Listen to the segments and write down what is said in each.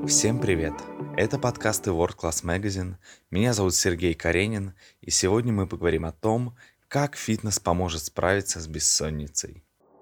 Всем привет! Это подкасты World Class Magazine. Меня зовут Сергей Каренин, и сегодня мы поговорим о том, как фитнес поможет справиться с бессонницей.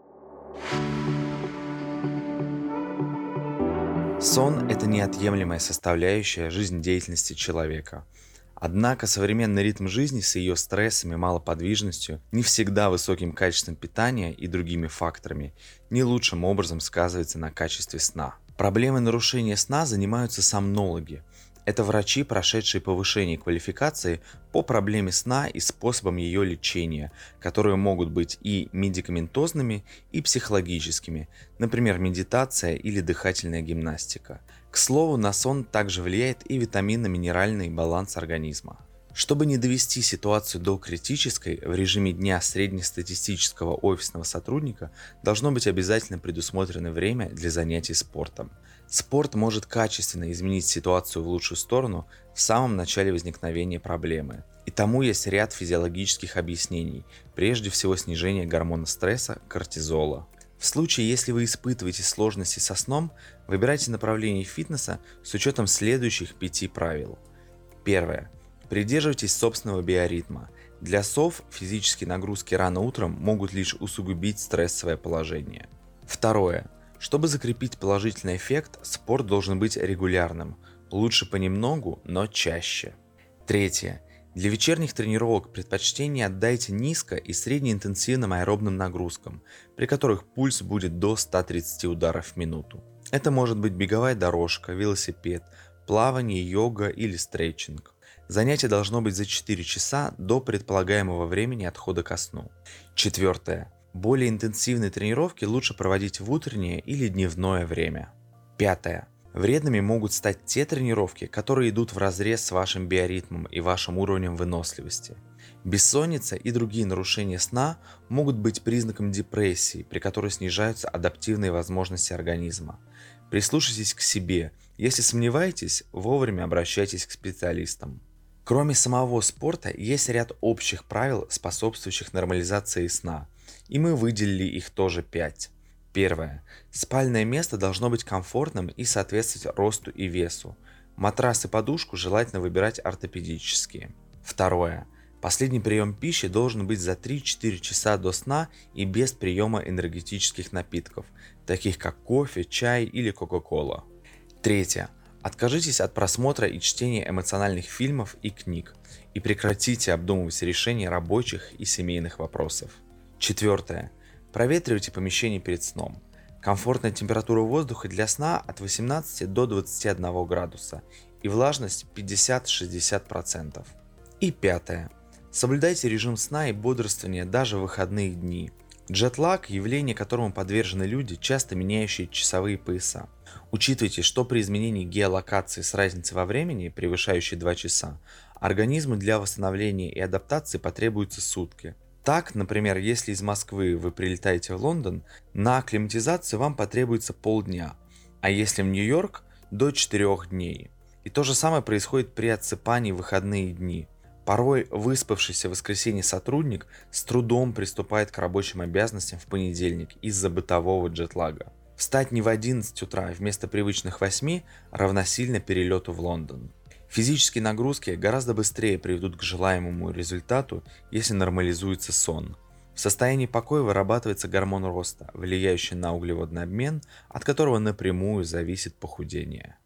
Сон – это неотъемлемая составляющая жизнедеятельности человека. Однако современный ритм жизни с ее стрессами, малоподвижностью, не всегда высоким качеством питания и другими факторами не лучшим образом сказывается на качестве сна. Проблемой нарушения сна занимаются сомнологи. Это врачи, прошедшие повышение квалификации по проблеме сна и способам ее лечения, которые могут быть и медикаментозными, и психологическими, например, медитация или дыхательная гимнастика. К слову, на сон также влияет и витаминно-минеральный баланс организма. Чтобы не довести ситуацию до критической, в режиме дня среднестатистического офисного сотрудника должно быть обязательно предусмотрено время для занятий спортом. Спорт может качественно изменить ситуацию в лучшую сторону в самом начале возникновения проблемы. И тому есть ряд физиологических объяснений, прежде всего снижение гормона стресса – кортизола. В случае, если вы испытываете сложности со сном, выбирайте направление фитнеса с учетом следующих 5 правил. Первое. Придерживайтесь собственного биоритма. Для сов физические нагрузки рано утром могут лишь усугубить стрессовое положение. Второе. Чтобы закрепить положительный эффект, спорт должен быть регулярным. Лучше понемногу, но чаще. Третье. Для вечерних тренировок предпочтение отдайте низко- и среднеинтенсивным аэробным нагрузкам, при которых пульс будет до 130 ударов в минуту. Это может быть беговая дорожка, велосипед, плавание, йога или стретчинг. Занятие должно быть за 4 часа до предполагаемого времени отхода ко сну. Четвертое. Более интенсивные тренировки лучше проводить в утреннее или дневное время. Пятое. Вредными могут стать те тренировки, которые идут вразрез с вашим биоритмом и вашим уровнем выносливости. Бессонница и другие нарушения сна могут быть признаком депрессии, при которой снижаются адаптивные возможности организма. Прислушайтесь к себе. Если сомневаетесь, вовремя обращайтесь к специалистам. Кроме самого спорта, есть ряд общих правил, способствующих нормализации сна, и мы выделили их тоже 5. Первое. Спальное место должно быть комфортным и соответствовать росту и весу. Матрас и подушку желательно выбирать ортопедические. Второе. Последний прием пищи должен быть за 3-4 часа до сна и без приема энергетических напитков, таких как кофе, чай или кока-кола. Третье. Откажитесь от просмотра и чтения эмоциональных фильмов и книг и прекратите обдумывать решения рабочих и семейных вопросов. Четвертое. Проветривайте помещение перед сном. Комфортная температура воздуха для сна от 18 до 21 градуса и влажность 50-60%. И пятое. Соблюдайте режим сна и бодрствования даже в выходные дни. Джетлаг – явление, которому подвержены люди, часто меняющие часовые пояса. Учитывайте, что при изменении геолокации с разницей во времени, превышающей 2 часа, организму для восстановления и адаптации потребуются сутки. Так, например, если из Москвы вы прилетаете в Лондон, на акклиматизацию вам потребуется полдня, а если в Нью-Йорк – до 4 дней. И то же самое происходит при отсыпании в выходные дни. Порой выспавшийся в воскресенье сотрудник с трудом приступает к рабочим обязанностям в понедельник из-за бытового джетлага. Встать не в 11 утра вместо привычных 8 равносильно перелету в Лондон. Физические нагрузки гораздо быстрее приведут к желаемому результату, если нормализуется сон. В состоянии покоя вырабатывается гормон роста, влияющий на углеводный обмен, от которого напрямую зависит похудение.